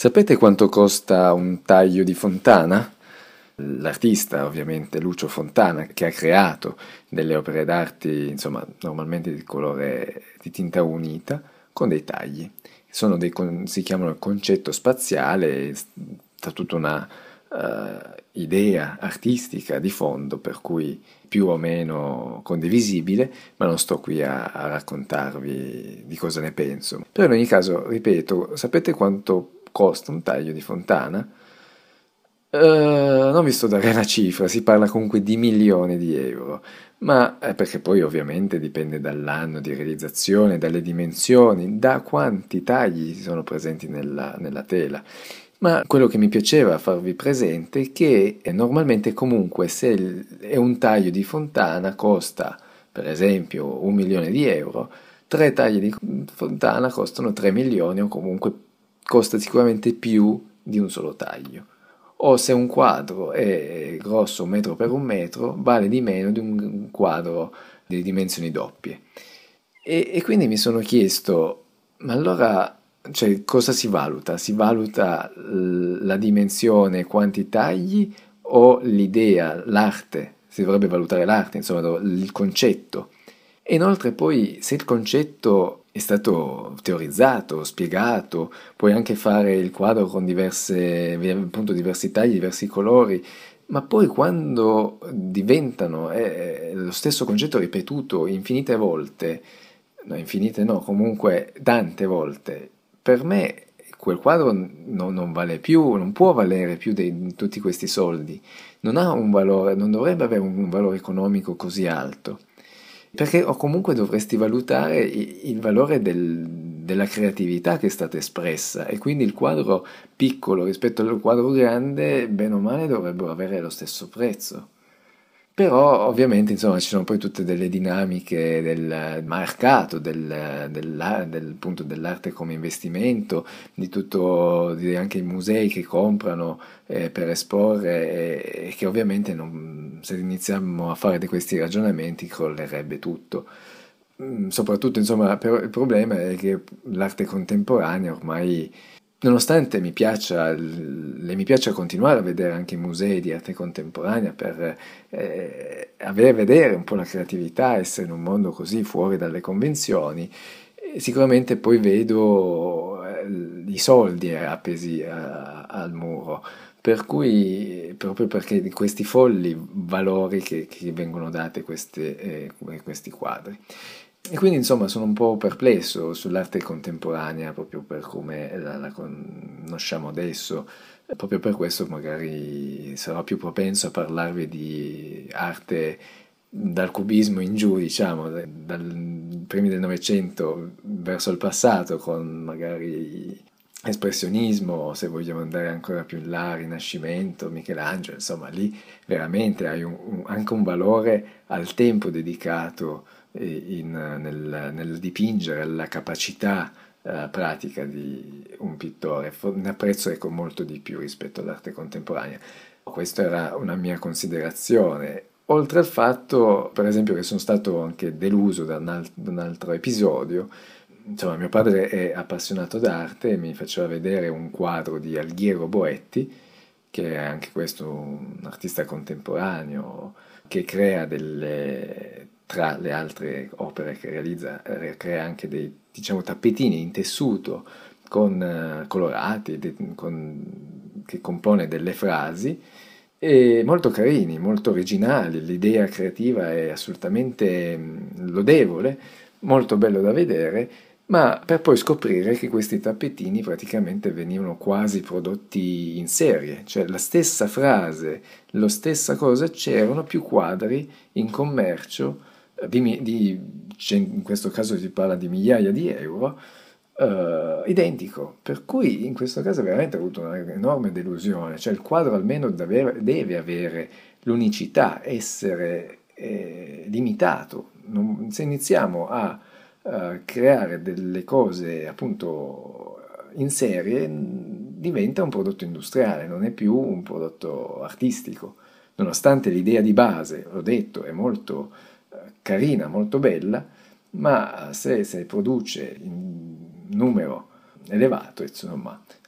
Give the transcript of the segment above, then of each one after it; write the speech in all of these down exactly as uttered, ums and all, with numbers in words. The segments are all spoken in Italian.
Sapete quanto costa un taglio di Fontana? L'artista, ovviamente, Lucio Fontana, che ha creato delle opere d'arte, insomma, normalmente di colore di tinta unita, con dei tagli. Sono dei, con- si chiamano concetto spaziale, sta tutta una eh, idea artistica di fondo, per cui più o meno condivisibile, ma non sto qui a, a raccontarvi di cosa ne penso. Però in ogni caso, ripeto, sapete quanto costa un taglio di Fontana? Eh, non vi sto a dare la cifra, si parla comunque di milioni di euro, ma eh, perché poi ovviamente dipende dall'anno di realizzazione, dalle dimensioni, da quanti tagli sono presenti nella, nella tela. Ma quello che mi piaceva farvi presente è che eh, normalmente comunque se il- è un taglio di Fontana costa, per esempio, un milione di euro, tre tagli di Fontana costano tre milioni o comunque costa sicuramente più di un solo taglio. O se un quadro è grosso un metro per un metro, vale di meno di un quadro di dimensioni doppie. E, e quindi mi sono chiesto, ma allora, cioè, cosa si valuta? Si valuta l- la dimensione, quanti tagli o l'idea, l'arte? Si dovrebbe valutare l'arte, insomma, do- il concetto. E inoltre poi, se il concetto è stato teorizzato, spiegato, puoi anche fare il quadro con diverse, appunto, diversi tagli, diversi colori, ma poi quando diventano eh, lo stesso concetto ripetuto infinite volte, no, infinite no, comunque tante volte, per me quel quadro no- non vale più, non può valere più di tutti questi soldi, non ha un valore, non dovrebbe avere un valore economico così alto. Perché o comunque dovresti valutare i- il valore del- della creatività che è stata espressa e quindi il quadro piccolo rispetto al quadro grande, bene o male, dovrebbero avere lo stesso prezzo. Però ovviamente insomma ci sono poi tutte delle dinamiche del mercato, del, della- del- appunto, dell'arte come investimento, di tutto, di anche i musei che comprano eh, per esporre e, e che ovviamente non- se iniziamo a fare di questi ragionamenti crollerebbe tutto. Mm, Soprattutto, insomma, però il problema è che l'arte contemporanea ormai, nonostante mi piaccia, il- le mi piace continuare a vedere anche i musei di arte contemporanea per eh, avere, vedere un po' la creatività, essere in un mondo così fuori dalle convenzioni, e sicuramente poi vedo eh, i soldi appesi a- al muro. Per cui, proprio perché di questi folli valori che, che vengono date a queste, eh, questi quadri. E quindi insomma sono un po' perplesso sull'arte contemporanea, proprio per come la, la conosciamo adesso. E proprio per questo magari sarò più propenso a parlarvi di arte dal cubismo in giù, diciamo, dai primi del Novecento verso il passato, con magari espressionismo, se vogliamo andare ancora più in là, Rinascimento, Michelangelo, insomma, lì veramente hai un- un- anche un valore al tempo dedicato eh, in- nel, nel dipingere, alla capacità eh, pratica di un pittore. Fo- Ne apprezzo ecco, molto di più rispetto all'arte contemporanea. Questa era una mia considerazione. Oltre al fatto, per esempio, che sono stato anche deluso da un, al- da un altro episodio. Insomma, mio padre è appassionato d'arte e mi faceva vedere un quadro di Alghiero Boetti, che è anche questo un artista contemporaneo, che crea delle, tra le altre opere che realizza, eh, crea anche dei, diciamo, tappetini in tessuto con, eh, colorati, de- con- che compone delle frasi, e molto carini, molto originali. L'idea creativa è assolutamente mh, lodevole, molto bello da vedere, ma per poi scoprire che questi tappetini praticamente venivano quasi prodotti in serie, cioè la stessa frase, la stessa cosa, c'erano più quadri in commercio, eh, di, mi- di- cioè, in questo caso si parla di migliaia di euro, eh, identico, per cui in questo caso veramente ho avuto un'enorme delusione, cioè il quadro almeno deve, deve avere l'unicità, essere eh, limitato. Non- se iniziamo a eh, creare delle cose appunto in serie, diventa un prodotto industriale, non è più un prodotto artistico. Nonostante l'idea di base, l'ho detto, è molto eh, carina, molto bella, ma se si produce in numero elevato, insomma,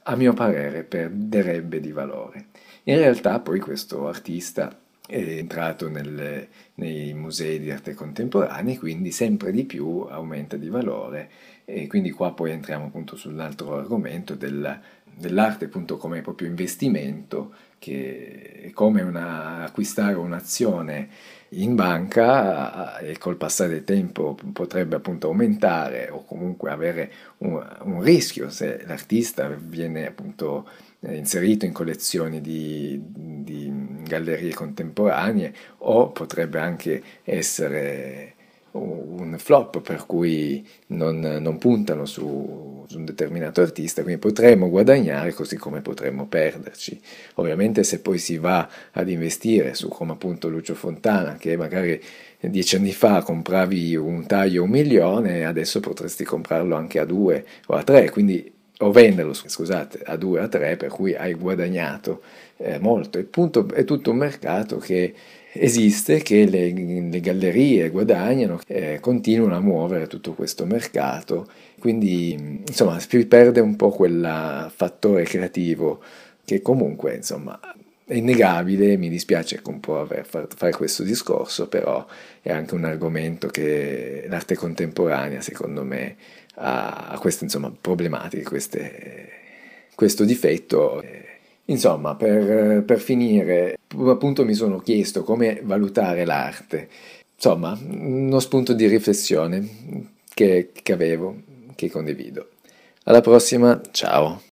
a mio parere perderebbe di valore. In realtà poi questo artista è entrato nelle, nei musei di arte contemporanea, quindi sempre di più aumenta di valore, e quindi qua poi entriamo appunto sull'altro argomento del, dell'arte appunto come proprio investimento, che è come una, acquistare un'azione in banca e col passare del tempo potrebbe appunto aumentare o comunque avere un, un rischio se l'artista viene appunto inserito in collezioni di, di gallerie contemporanee, o potrebbe anche essere un flop per cui non, non puntano su, su un determinato artista, quindi potremmo guadagnare così come potremmo perderci. Ovviamente se poi si va ad investire su, come appunto Lucio Fontana, che magari dieci anni fa compravi un taglio a un milione, adesso potresti comprarlo anche a due o a tre, quindi o venderlo, scusate, a due o a tre, per cui hai guadagnato eh, molto. E appunto è tutto un mercato che esiste, che le, le gallerie guadagnano, eh, continuano a muovere tutto questo mercato, quindi insomma si perde un po' quel fattore creativo che comunque insomma è innegabile. Mi dispiace un po' aver fatto fare questo discorso, però è anche un argomento che l'arte contemporanea secondo me ha queste insomma problematiche, queste, questo difetto. Insomma, per, per finire, appunto mi sono chiesto come valutare l'arte. Insomma, uno spunto di riflessione che, che avevo, che condivido. Alla prossima, ciao!